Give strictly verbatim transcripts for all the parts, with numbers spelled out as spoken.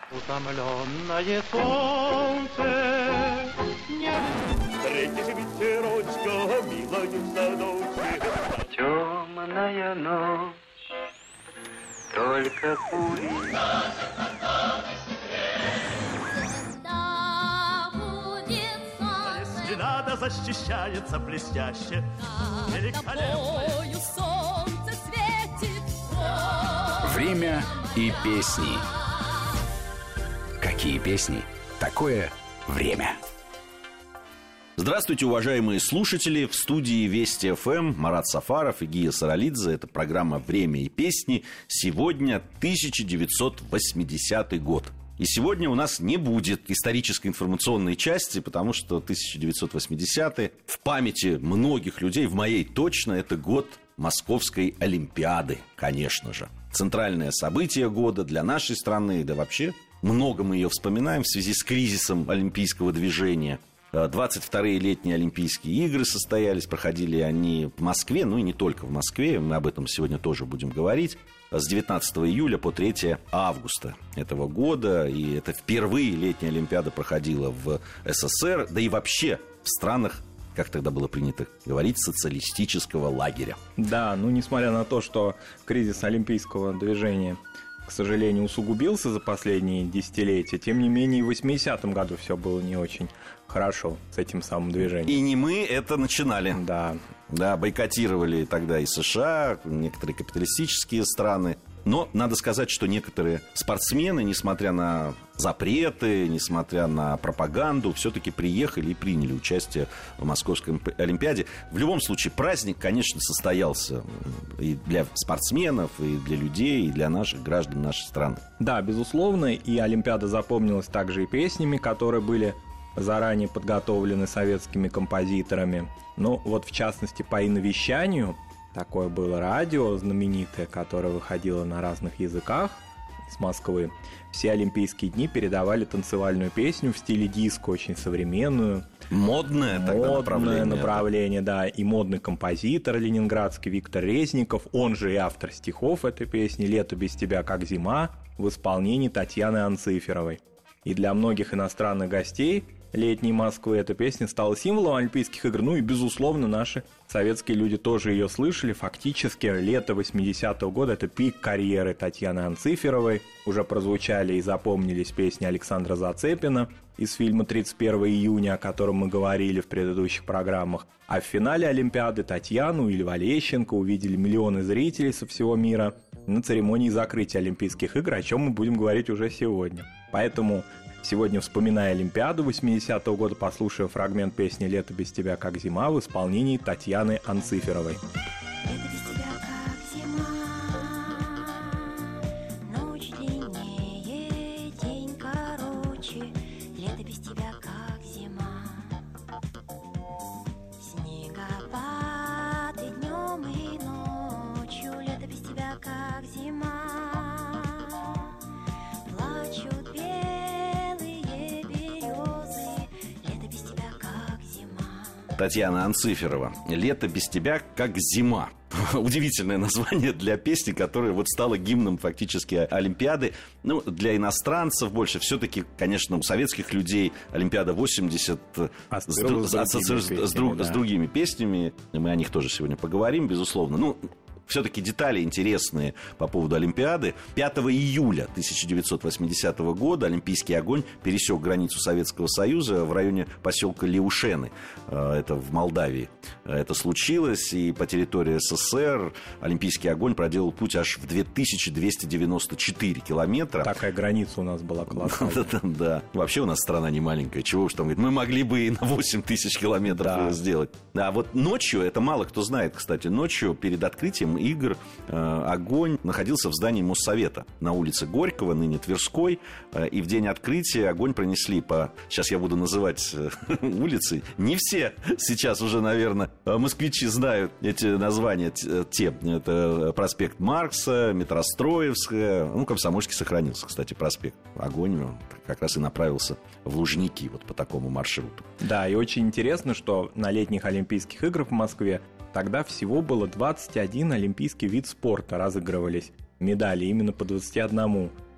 Утомленное солнце не... Встретишь ветерочка, милою в садочке. Темная ночь, только пули. Если надо, защищается блестяще. Великолепное солнце светит. Время и песни. Какие песни? Такое время. Здравствуйте, уважаемые слушатели. В студии Вести ФМ Марат Сафаров и Гия Саралидзе. Это программа «Время и песни». Сегодня тысяча девятьсот восьмидесятый год. И сегодня у нас не будет исторической информационной части, потому что тысяча девятьсот восьмидесятый в памяти многих людей, в моей точно, это год Московской Олимпиады, конечно же. Центральное событие года для нашей страны, да вообще много мы ее вспоминаем в связи с кризисом олимпийского движения. двадцать вторые летние Олимпийские игры состоялись, проходили они в Москве, ну и не только в Москве, мы об этом сегодня тоже будем говорить, с девятнадцатого июля по третьего августа этого года, и это впервые летняя Олимпиада проходила в СССР, да и вообще в странах, как тогда было принято говорить, социалистического лагеря. Да, ну несмотря на то, что кризис олимпийского движения, к сожалению, усугубился за последние десятилетия, тем не менее и в восьмидесятом году все было не очень хорошо с этим самым движением. И не мы это начинали. Да. Да, бойкотировали тогда и США, некоторые капиталистические страны. Но надо сказать, что некоторые спортсмены, несмотря на запреты, несмотря на пропаганду, все-таки приехали и приняли участие в Московской Олимпиаде. В любом случае, праздник, конечно, состоялся и для спортсменов, и для людей, и для наших граждан нашей страны. Да, безусловно, и Олимпиада запомнилась также и песнями, которые были заранее подготовлены советскими композиторами. Ну, вот в частности, по иновещанию. Такое было радио знаменитое, которое выходило на разных языках из Москвы. Все Олимпийские дни передавали танцевальную песню в стиле диско, очень современную. Модное тогда Модное направление. направление, да. И модный композитор ленинградский Виктор Резников, он же и автор стихов этой песни «Лето без тебя, как зима», в исполнении Татьяны Анциферовой. И для многих иностранных гостей летней Москвы эта песня стала символом Олимпийских игр. Ну и, безусловно, наши советские люди тоже ее слышали. Фактически, лето восьмидесятого года – это пик карьеры Татьяны Анциферовой. Уже прозвучали и запомнились песни Александра Зацепина из фильма «тридцать первого июня», о котором мы говорили в предыдущих программах. А в финале Олимпиады Татьяну и Льва Лещенко увидели миллионы зрителей со всего мира на церемонии закрытия Олимпийских игр, о чем мы будем говорить уже сегодня. Поэтому сегодня, вспоминая Олимпиаду восьмидесятого года, послушаем фрагмент песни «Лето без тебя, как зима» в исполнении Татьяны Анциферовой. Татьяна Анциферова. «Лето без тебя, как зима». Удивительное название для песни, которая вот стала гимном фактически Олимпиады. Ну, для иностранцев больше. Все-таки, конечно, у советских людей Олимпиада восемьдесят ассоциируется с, друг, да. с другими песнями. Мы о них тоже сегодня поговорим, безусловно. Ну, все-таки детали интересные по поводу Олимпиады. пятого июля тысяча девятьсот восьмидесятого года олимпийский огонь пересек границу Советского Союза в районе поселка Леушены. Это в Молдавии. Это случилось, и по территории СССР олимпийский огонь проделал путь аж в две тысячи двести девяносто четыре километра. Такая граница у нас была классная. Да. Вообще у нас страна не маленькая. Чего уж там говорить. Мы могли бы и на восемь тысяч километров сделать. А вот ночью, это мало кто знает, кстати, ночью перед открытием игр э, огонь находился в здании Моссовета на улице Горького, ныне Тверской, э, и в день открытия огонь пронесли по, сейчас я буду называть э, улицы, не все сейчас уже, наверное, москвичи знают эти названия, те, это проспект Маркса, Метростроевская, ну, Комсомольский сохранился, кстати, проспект. Огонь как раз и направился в Лужники, вот по такому маршруту. Да, и очень интересно, что на летних Олимпийских играх в Москве тогда всего было двадцать один олимпийский вид спорта, разыгрывались медали именно по двадцати одному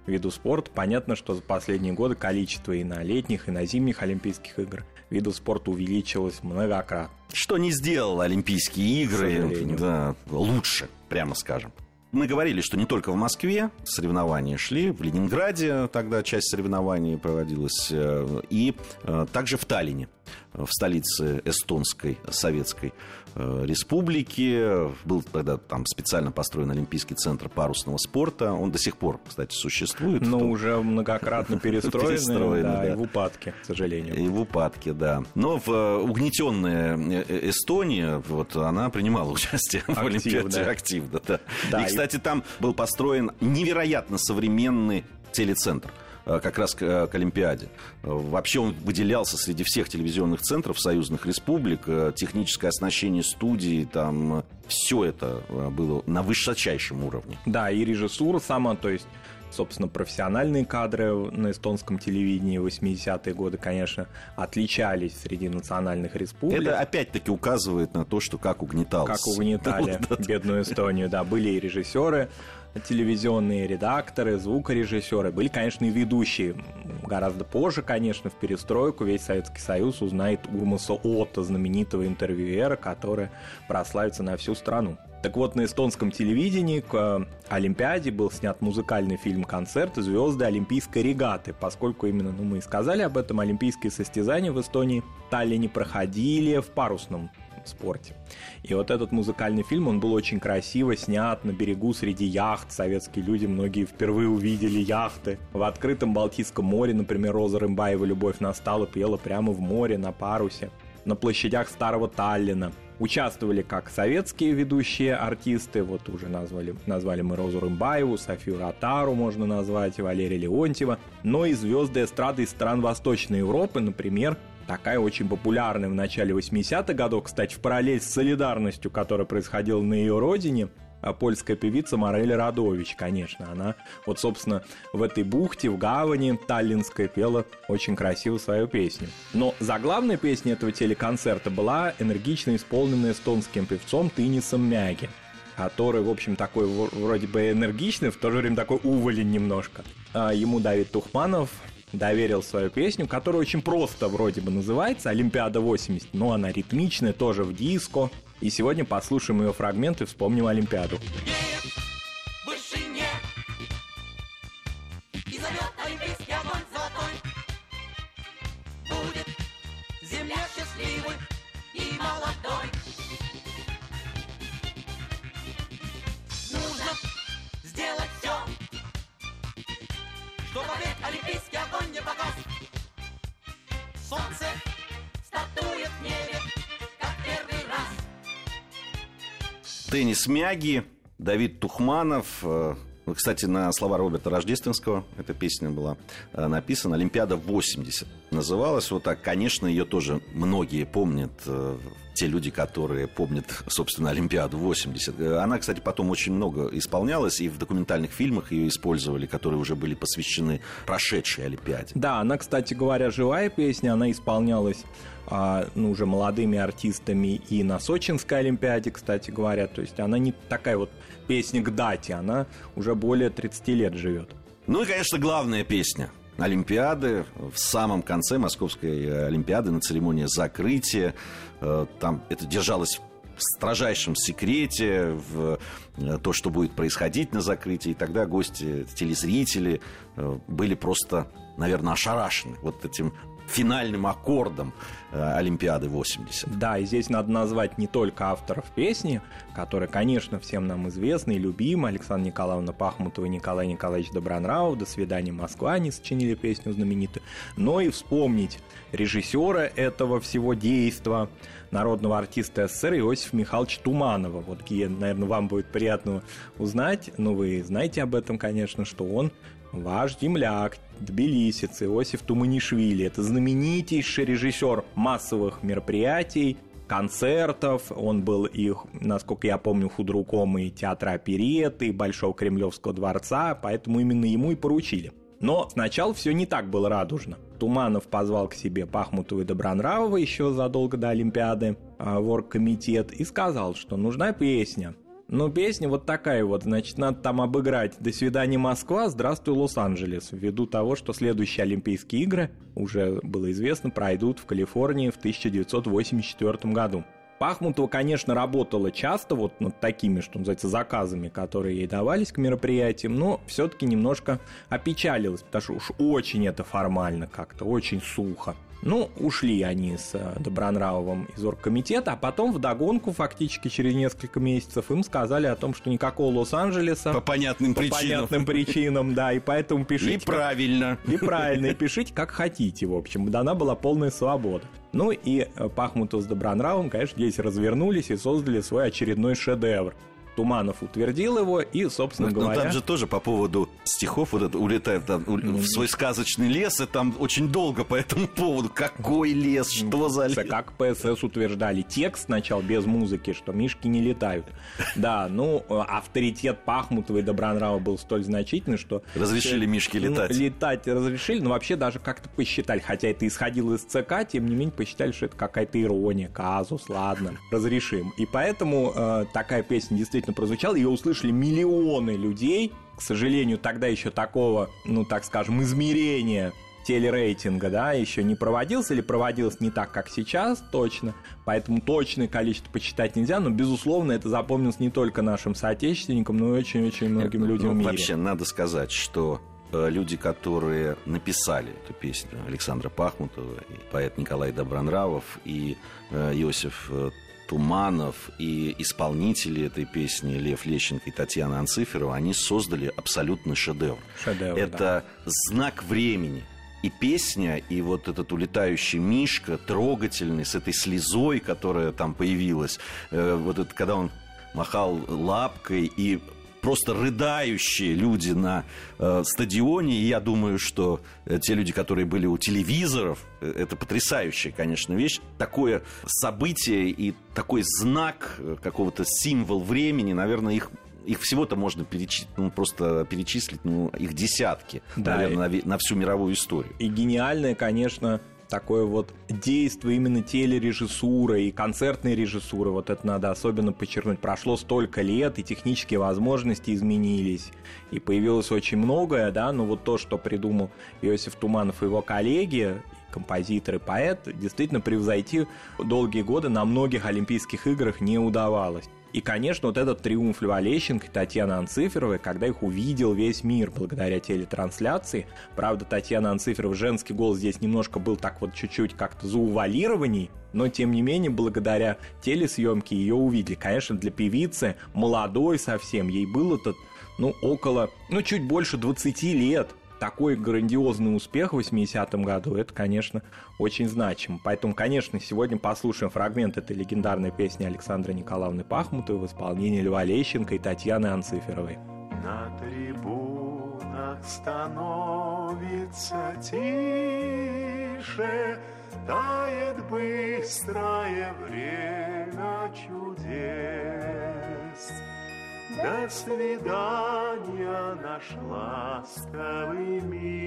виду спорта. Понятно, что за последние годы количество и на летних, и на зимних Олимпийских игр видов спорта увеличилось многократно. Что не сделал Олимпийские игры да, лучше, прямо скажем. Мы говорили, что не только в Москве соревнования шли, в Ленинграде тогда часть соревнований проводилась, и также в Таллине, в столице Эстонской Советской Республики. Был тогда там специально построен Олимпийский центр парусного спорта. Он до сих пор, кстати, существует. Но том... уже многократно перестроенный, да, да. И в упадке, к сожалению. И в упадке, да. Но в угнетенная Эстония, вот, она принимала участие Актив, в Олимпиаде да. активно. Да. Да, и, кстати, там был построен невероятно современный телецентр как раз к, к Олимпиаде. Вообще он выделялся среди всех телевизионных центров союзных республик. Техническое оснащение студии, там все это было на высочайшем уровне. Да, и режиссура сама, то есть, собственно, профессиональные кадры на эстонском телевидении в восьмидесятые годы, конечно, отличались среди национальных республик. Это опять-таки указывает на то, что как угнеталось. Как угнетали бедную Эстонию, да. Были и режиссеры, телевизионные редакторы, звукорежиссеры. Были, конечно, и ведущие. Гораздо позже, конечно, в перестройку весь Советский Союз узнает Урмаса Отто, знаменитого интервьюера, который прославится на всю страну. Так вот, на эстонском телевидении к Олимпиаде был снят музыкальный фильм-концерт «Звезды Олимпийской регаты», поскольку именно, ну, мы и сказали об этом, олимпийские состязания в Эстонии, в Таллине проходили в парусном спорте. И вот этот музыкальный фильм, он был очень красиво снят на берегу среди яхт. Советские люди, многие впервые увидели яхты. В открытом Балтийском море, например, Роза Рымбаева «Любовь настала» пела прямо в море на парусе. На площадях старого Таллина участвовали как советские ведущие артисты, вот уже назвали, назвали мы Розу Рымбаеву, Софию Ротару можно назвать, Валерия Леонтьева, но и звезды эстрады из стран Восточной Европы, например, такая очень популярная в начале восьмидесятых годов, кстати, в параллель с солидарностью, которая происходила на ее родине, польская певица Марель Радович, конечно. Она вот, собственно, в этой бухте, в гавани таллинской пела очень красиво свою песню. Но заглавная песня этого телеконцерта была энергично исполнена эстонским певцом Тынисом Мяги, который, в общем, такой вроде бы энергичный, в то же время такой уволень немножко. Ему Давид Тухманов доверил свою песню, которая очень просто вроде бы называется «Олимпиада восемьдесят», но она ритмичная, тоже в диско. И сегодня послушаем ее фрагмент и вспомним Олимпиаду. В вышине и зовет олимпийский огонь золотой. Будет земля счастливой и молодой. Нужно сделать все, чтобы век олимпийский огонь не погас. Солнце стартует в небе, как первый раз. Тынис Мяги, Давид Тухманов. Кстати, на слова Роберта Рождественского эта песня была написана. «Олимпиада восемьдесят» называлась. Вот так, конечно, ее тоже многие помнят. Те люди, которые помнят, собственно, Олимпиаду восемьдесят. Она, кстати, потом очень много исполнялась, и в документальных фильмах ее использовали, которые уже были посвящены прошедшей Олимпиаде. Да, она, кстати говоря, живая песня, она исполнялась а, ну, уже молодыми артистами и на Сочинской Олимпиаде, кстати говоря. То есть она не такая вот песня к дате, она уже более тридцать лет живет. Ну и, конечно, главная песня Олимпиады в самом конце Московской Олимпиады на церемонии закрытия. Там это держалось в строжайшем секрете, в то, что будет происходить на закрытии. И тогда гости, телезрители были просто, наверное, ошарашены вот этим финальным аккордом Олимпиады восемьдесят. Да, и здесь надо назвать не только авторов песни, которые, конечно, всем нам известны и любимы. Александра Николаевна Пахмутова и Николай Николаевич Добронравов «До свидания, Москва», они сочинили песню знаменитую, но и вспомнить режиссера этого всего действа, народного артиста СССР Иосифа Михайловича Туманова. Вот, Гия, наверное, вам будет приятно узнать, но вы знаете об этом, конечно, что он ваш земляк, тбилисец Иосиф Туманишвили. Это знаменитейший режиссер массовых мероприятий, концертов. Он был их, насколько я помню, худруком и театра оперетты, и Большого Кремлевского дворца, поэтому именно ему и поручили. Но сначала все не так было радужно. Туманов позвал к себе Пахмутова и Добронравова еще задолго до Олимпиады в оргкомитет и сказал, что нужна песня. Ну, песня вот такая вот, значит, надо там обыграть «До свидания, Москва, здравствуй, Лос-Анджелес», ввиду того, что следующие Олимпийские игры, уже было известно, пройдут в Калифорнии в тысяча девятьсот восемьдесят четвёртом году. Пахмутова, конечно, работала часто вот над такими, что называется, заказами, которые ей давались к мероприятиям, но все-таки немножко опечалилась, потому что уж очень это формально как-то, очень сухо. Ну, ушли они с Добронравовым из оргкомитета, а потом вдогонку, фактически через несколько месяцев, им сказали о том, что никакого Лос-Анджелеса. По понятным по причинам. По понятным причинам, да, и поэтому пишите. И правильно. Как, и правильно, и пишите как хотите, в общем. Дана была полная свобода. Ну и Пахмутов с Добронравовым, конечно, здесь развернулись и создали свой очередной шедевр. Туманов утвердил его, и, собственно ну, говоря... Ну, там же тоже по поводу стихов вот это улетает там, у, ну, в свой сказочный лес, и там очень долго по этому поводу. Какой лес, что за лес? Как ПСС утверждали. Текст сначала без музыки, что мишки не летают. Да, ну, авторитет Пахмутова и Добронравова был столь значительный, что... Разрешили мишки летать. Ну, летать разрешили, но вообще даже как-то посчитали, хотя это исходило из ЦК, тем не менее посчитали, что это какая-то ирония, казус, ладно, разрешим. И поэтому э, такая песня действительно прозвучал, ее услышали миллионы людей. К сожалению, тогда еще такого, ну, так скажем, измерения телерейтинга, да, еще не проводился или проводился не так, как сейчас, точно. Поэтому точное количество посчитать нельзя, но, безусловно, это запомнилось не только нашим соотечественникам, но и очень-очень многим Нет, людям ну, в мире. Вообще, надо сказать, что люди, которые написали эту песню, Александра Пахмутова, и поэт Николай Добронравов, и Иосиф Туманов, и исполнители этой песни Лев Лещенко и Татьяна Анциферова, они создали абсолютный шедевр. Шедевр, это да. знак времени. И песня, и вот этот улетающий мишка, трогательный, с этой слезой, которая там появилась, э, вот это, когда он махал лапкой, и просто рыдающие люди на э, стадионе. И я думаю, что э, те люди, которые были у телевизоров, э, это потрясающая, конечно, вещь. Такое событие и такой знак, э, какого-то символ времени, наверное, их... Их всего-то можно перечислить, ну, просто перечислить, ну, их десятки, да, наверное, и... на, на всю мировую историю. И гениальное, конечно, такое вот действие именно телережиссуры и концертной режиссуры. Вот это надо особенно подчеркнуть. Прошло столько лет, и технические возможности изменились, и появилось очень многое, да, но вот то, что придумал Иосиф Туманов и его коллеги, композитор и поэт, действительно превзойти долгие годы на многих Олимпийских играх не удавалось. И, конечно, вот этот триумф Льва Лещенко и Татьяны Анциферовой, когда их увидел весь мир благодаря телетрансляции. Правда, Татьяна Анциферова, женский голос здесь немножко был так вот чуть-чуть как-то заувалированней, но, тем не менее, благодаря телесъемке ее увидели. Конечно, для певицы, молодой совсем, ей было-то, ну, около, ну, чуть больше двадцати лет. Такой грандиозный успех в восьмидесятом году, это, конечно, очень значимо. Поэтому, конечно, сегодня послушаем фрагмент этой легендарной песни Александры Николаевны Пахмутовой в исполнении Льва Лещенко и Татьяны Анциферовой. На трибунах становится тише, тает быстрое время чудес. До свидания, наш ласковый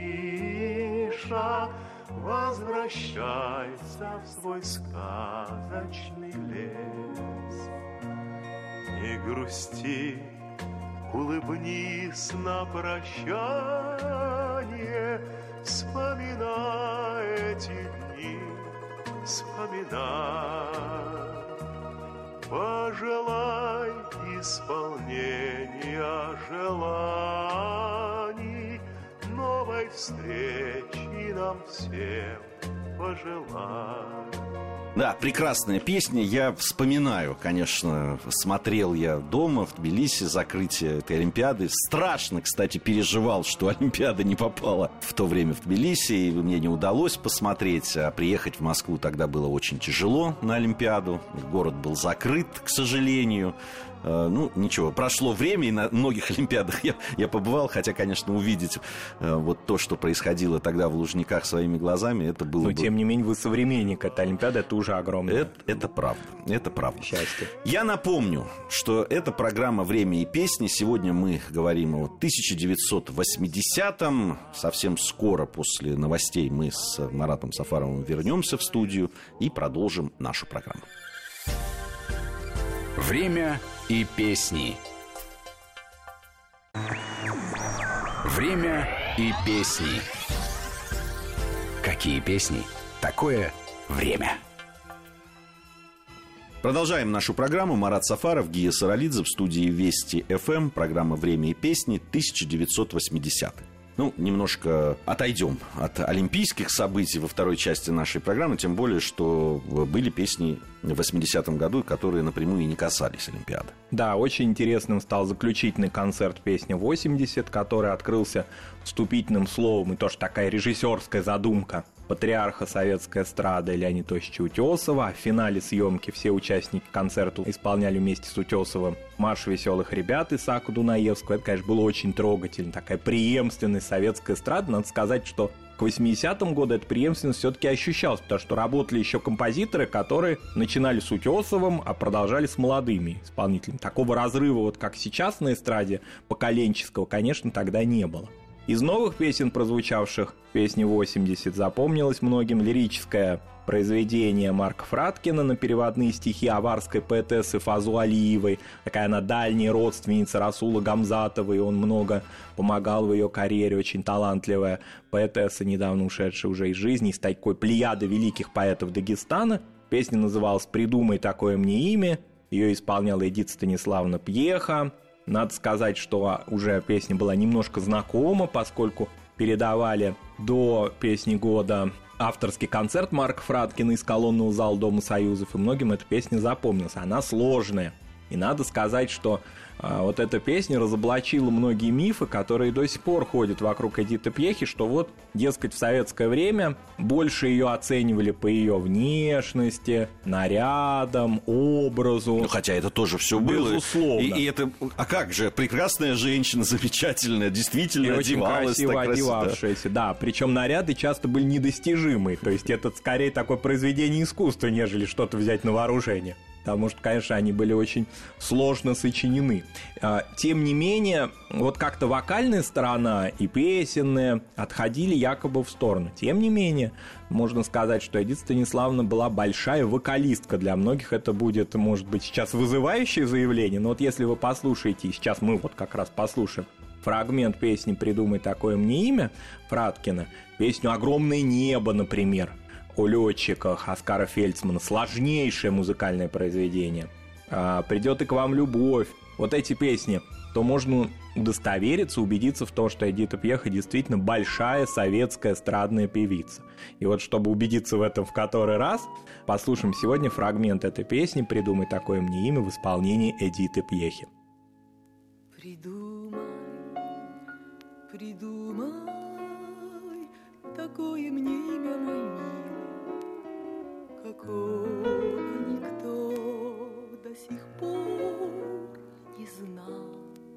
Миша, возвращайся в свой сказочный лес. Не грусти, улыбнись на прощание, вспоминай эти дни, вспоминай. Пожелай исполнения желаний, новой встречи нам всем пожелай. Да, прекрасная песня. Я вспоминаю, конечно, смотрел я дома в Тбилиси закрытие этой Олимпиады. Страшно, кстати, переживал, что Олимпиада не попала в то время в Тбилиси, и мне не удалось посмотреть. А приехать в Москву тогда было очень тяжело на Олимпиаду. Город был закрыт, к сожалению. Ну, ничего, прошло время, и на многих Олимпиадах я, я побывал, хотя, конечно, увидеть э, вот то, что происходило тогда в Лужниках своими глазами, это было Но, бы... тем не менее, вы современник этой Олимпиады, это уже огромное. Это, это правда, это правда. Счастье. Я напомню, что это программа «Время и песни». Сегодня мы говорим о тысяча девятьсот восьмидесятом. Совсем скоро после новостей мы с Маратом Сафаровым вернемся в студию и продолжим нашу программу. Время и песни. Время и песни. Какие песни? Такое время. Продолжаем нашу программу. Марат Сафаров, Гия Саралидзе в студии Вести эф эм. Программа «Время и песни», тысяча девятьсот восьмидесятый. Ну, немножко отойдем от олимпийских событий во второй части нашей программы, тем более, что были песни в восьмидесятом году, которые напрямую и не касались Олимпиады. Да, очень интересным стал заключительный концерт песни восемьдесят, который открылся вступительным словом, и тоже такая режиссерская задумка патриарха советской эстрады Леонида Тощича Утесова. В финале съемки все участники концерта исполняли вместе с Утесовым марш веселых ребят Исаака Дунаевского. Это, конечно, было очень трогательно. Такая преемственность советской эстрады. Надо сказать, что к восьмидесятым годам эта преемственность все-таки ощущалась, потому что работали еще композиторы, которые начинали с Утесовым, а продолжали с молодыми исполнителями. Такого разрыва, вот как сейчас на эстраде поколенческого, конечно, тогда не было. Из новых песен, прозвучавших в песне восемьдесят, запомнилось многим лирическое произведение Марка Фраткина на переводные стихи аварской поэтессы Фазу Алиевой. Такая она дальняя родственница Расула Гамзатова, и он много помогал в ее карьере, очень талантливая поэтесса, недавно ушедшая уже из жизни, из такой плеяды великих поэтов Дагестана. Песня называлась «Придумай такое мне имя», ее исполняла Эдита Станиславовна Пьеха. Надо сказать, что уже песня была немножко знакома, поскольку передавали до песни года авторский концерт Марка Фраткина из колонного зала Дома Союзов, и многим эта песня запомнилась. Она сложная. И надо сказать, что а, вот эта песня разоблачила многие мифы, которые до сих пор ходят вокруг Эдиты Пьехи, что вот, дескать, в советское время больше ее оценивали по ее внешности, нарядам, образу. Ну, хотя это тоже все было. Безусловно. И, и это, а как же, прекрасная женщина, замечательная, действительно и одевалась очень красиво так красиво. одевавшаяся, да. Причем наряды часто были недостижимые. То есть это скорее такое произведение искусства, нежели что-то взять на вооружение. Потому что, конечно, они были очень сложно сочинены. Тем не менее, вот как-то вокальная сторона и песенная отходили якобы в сторону. Тем не менее, можно сказать, что Эдита Станиславовна была большая вокалистка. Для многих это будет, может быть, сейчас вызывающее заявление, но вот если вы послушаете, и сейчас мы вот как раз послушаем фрагмент песни «Придумай такое мне имя» Фраткина, песню «Огромное небо», например, о летчиках Оскара Фельдсмана, сложнейшее музыкальное произведение. А, «Придет и к вам любовь». Вот эти песни, то можно удостовериться, убедиться в том, что Эдита Пьеха действительно большая советская эстрадная певица. И вот чтобы убедиться в этом в который раз, послушаем сегодня фрагмент этой песни «Придумай такое мне имя» в исполнении Эдиты Пьехи. Придумай, придумай такое мне имя, мой милый, какого никто до сих пор не знал,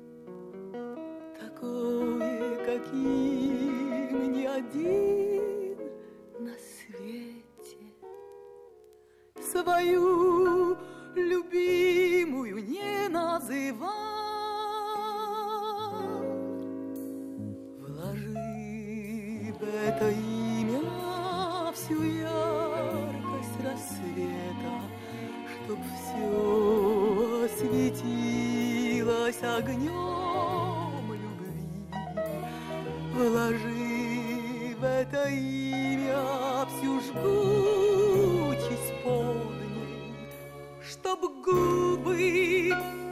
такое, каким ни один на свете свою любимую не называл. Вложи в это имя всю яркость рассвета, чтоб все осветилось огнем любви. Вложи в это имя всю жгучесть полней, чтоб губы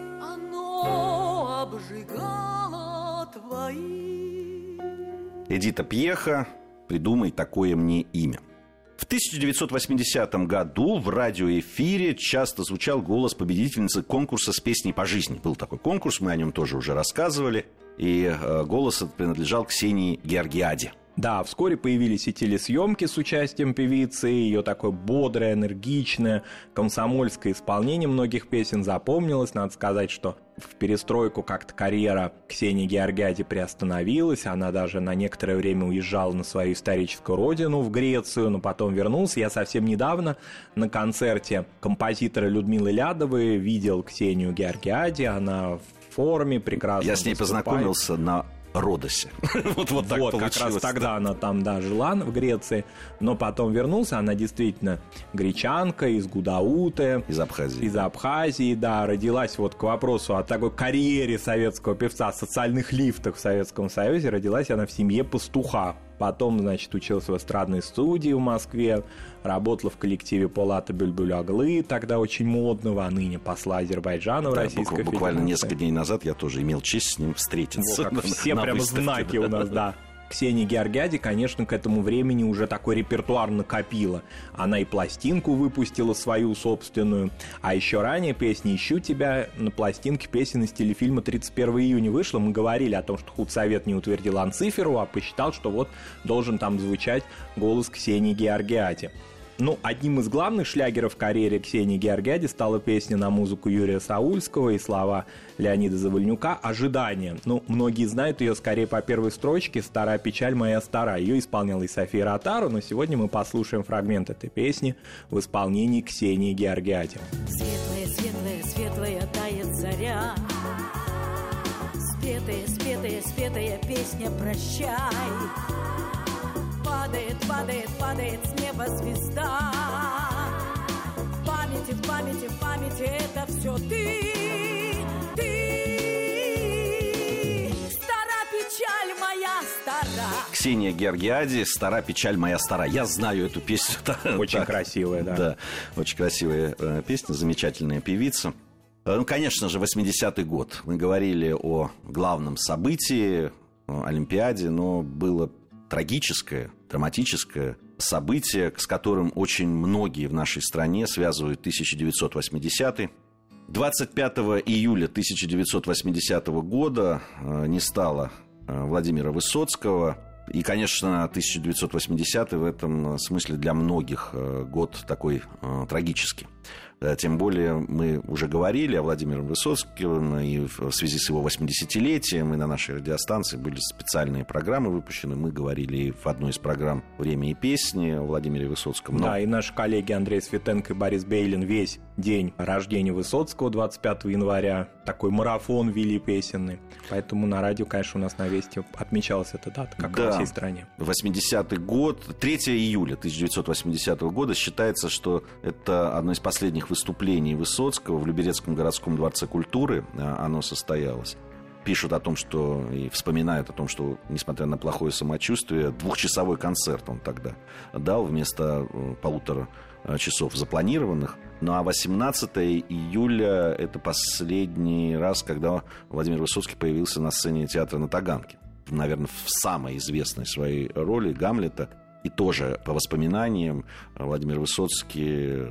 оно обжигало твои. Эдита Пьеха, «Придумай такое мне имя». В тысяча девятьсот восьмидесятом году в радиоэфире часто звучал голос победительницы конкурса с песней по жизни. Был такой конкурс, мы о нем тоже уже рассказывали, и голос этот принадлежал Ксении Георгиаде. Да, вскоре появились и телесъемки с участием певицы, ее такое бодрое, энергичное, комсомольское исполнение многих песен запомнилось. Надо сказать, что в перестройку как-то карьера Ксении Георгиаде приостановилась. Она даже на некоторое время уезжала на свою историческую родину, в Грецию, но потом вернулась. Я совсем недавно на концерте композитора Людмилы Лядовой видел Ксению Георгиаде. Она в форме прекрасно Я с ней выступает. познакомился на Родосе. вот, вот так вот, получилось. как раз тогда она там, да, жила в Греции, но потом вернулся, она действительно гречанка из Гудауты. Из Абхазии. Из Абхазии, да, родилась вот к вопросу о такой карьере советского певца, о социальных лифтах в Советском Союзе, родилась она в семье пастуха. Потом, значит, училась в эстрадной студии в Москве, работала в коллективе Полата Бюльбюль-Аглы, тогда очень модного, а ныне посла Азербайджана в да, Российской Федерации. Буквально несколько дней назад я тоже имел честь с ним встретиться. Вот, все на прямо выставке, знаки да. у нас, да. Ксения Георгиади, конечно, к этому времени уже такой репертуар накопила. Она и пластинку выпустила свою собственную, а еще ранее песня «Ищу тебя» на пластинке песен из телефильма тридцать первого июня вышла. Мы говорили о том, что худсовет не утвердил Анциферову, а посчитал, что вот должен там звучать голос Ксении Георгиади. Ну, одним из главных шлягеров в карьере Ксении Георгиади стала песня на музыку Юрия Саульского и слова Леонида Завальнюка «Ожидание». Ну, многие знают ее скорее по первой строчке «Стара печаль моя стара». Ее исполняла и София Ротару, но сегодня мы послушаем фрагмент этой песни в исполнении Ксении Георгиади. Светлая, светлая, светлая тает заря. Спетая, спетая, спетая песня «Прощай». Падает, падает, падает с неба звезда. В памяти, в памяти, в памяти это все ты, ты. Стара печаль моя стара. Ксения Георгиади «Стара печаль моя стара». Я знаю эту песню. Очень красивая, да. Да, очень красивая э, песня, замечательная певица. Э, Ну, конечно же, восьмидесятый год. Мы говорили о главном событии, о Олимпиаде, но было трагическое, драматическое событие, с которым очень многие в нашей стране связывают тысяча девятьсот восьмидесятый. двадцать пятого июля тысяча девятьсот восьмидесятого года не стало Владимира Высоцкого. И, конечно, тысяча девятьсот восьмидесятый в этом смысле для многих год такой трагический. Тем более мы уже говорили о Владимире Высоцком, и в связи с его восьмидесятилетием, и на нашей радиостанции были специальные программы выпущены. Мы говорили в одной из программ «Время и песни» о Владимире Высоцком. Но... Да, и наши коллеги Андрей Светенко и Борис Бейлин весь день рождения Высоцкого, двадцать пятого января, такой марафон вели песенный. Поэтому на радио, конечно, у нас на Вести отмечалась эта дата, как да. и во всей стране. восьмидесятый год, третьего июля тысяча девятьсот восьмидесятого года считается, что это одно из последних выступлений Высоцкого в Люберецком городском дворце культуры. Оно состоялось. Пишут о том, что и вспоминают о том, что, несмотря на плохое самочувствие, двухчасовой концерт он тогда дал вместо полутора часов запланированных. Ну а восемнадцатого июля это последний раз, когда Владимир Высоцкий появился на сцене театра на Таганке. Наверное, в самой известной своей роли Гамлета. И тоже, по воспоминаниям, Владимир Высоцкий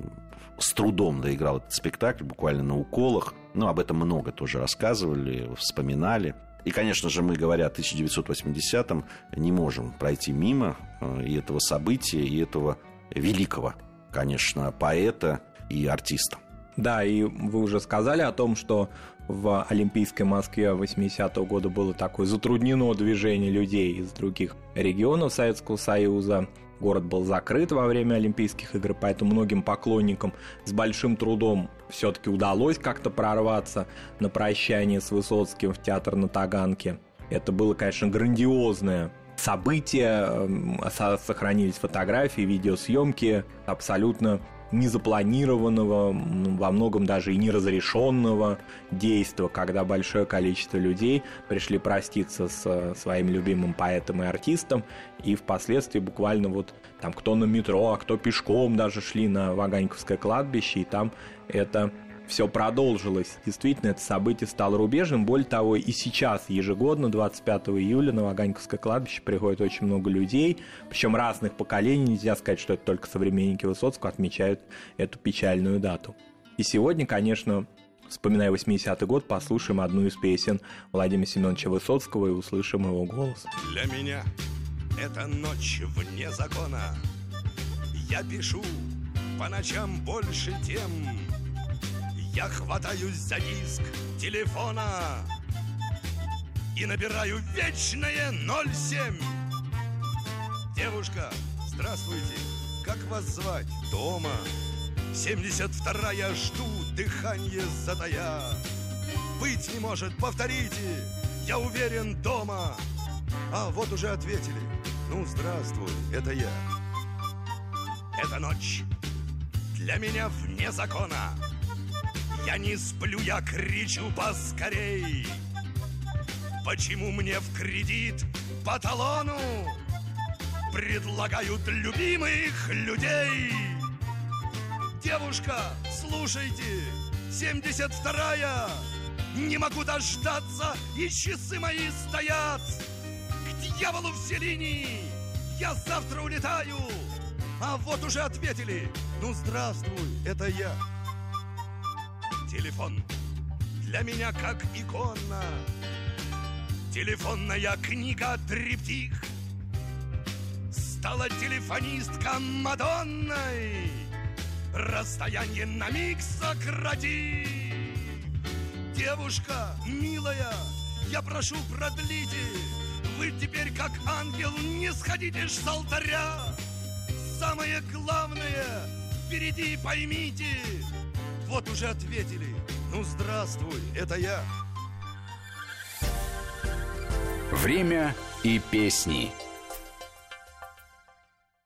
с трудом доиграл этот спектакль, буквально на уколах. Ну, об этом много тоже рассказывали, вспоминали. И, конечно же, мы, говоря о тысяча девятьсот восьмидесятом, не можем пройти мимо и этого события, и этого великого, конечно, поэта и артиста. Да, и вы уже сказали о том, что в Олимпийской Москве восьмидесятого года было такое затруднено движение людей из других регионов Советского Союза. Город был закрыт во время Олимпийских игр, поэтому многим поклонникам с большим трудом все-таки удалось как-то прорваться на прощание с Высоцким в театр на Таганке. Это было, конечно, грандиозное событие. Сохранились фотографии, видеосъемки абсолютно незапланированного, во многом даже и неразрешенного действия, когда большое количество людей пришли проститься с своим любимым поэтом и артистом, и впоследствии буквально вот там кто на метро, а кто пешком даже шли на Ваганьковское кладбище, и там это все продолжилось. Действительно, это событие стало рубежным. Более того, и сейчас ежегодно, двадцать пятого июля, на Ваганьковское кладбище приходит очень много людей, причем разных поколений. Нельзя сказать, что это только современники Высоцкого отмечают эту печальную дату. И сегодня, конечно, вспоминая восьмидесятый год, послушаем одну из песен Владимира Семеновича Высоцкого и услышим его голос. Для меня это ночь вне закона. Я пишу по ночам больше тем. Я хватаюсь за диск телефона и набираю вечное ноль семь. Девушка, здравствуйте, как вас звать? Тома. семьдесят вторая, жду, дыхание затая. Быть не может, повторите. я уверен, дома. А вот уже ответили. Ну, здравствуй, это я. Эта ночь для меня вне закона. Я не сплю, я кричу поскорей. Почему мне в кредит по талону предлагают любимых людей? Девушка, слушайте, семьдесят вторая, не могу дождаться, и часы мои стоят. К дьяволу все линии, я завтра улетаю. А вот уже ответили. Ну, здравствуй, это я. Телефон для меня как икона. Телефонная книга триптих. Стала телефонистка Мадонной. Расстояние на миг сократи. Девушка, милая, я прошу, продлите. Вы теперь как ангел не сходите ж с алтаря. Самое главное впереди, поймите. Вот уже ответили. Ну, здравствуй, это я. Время и песни.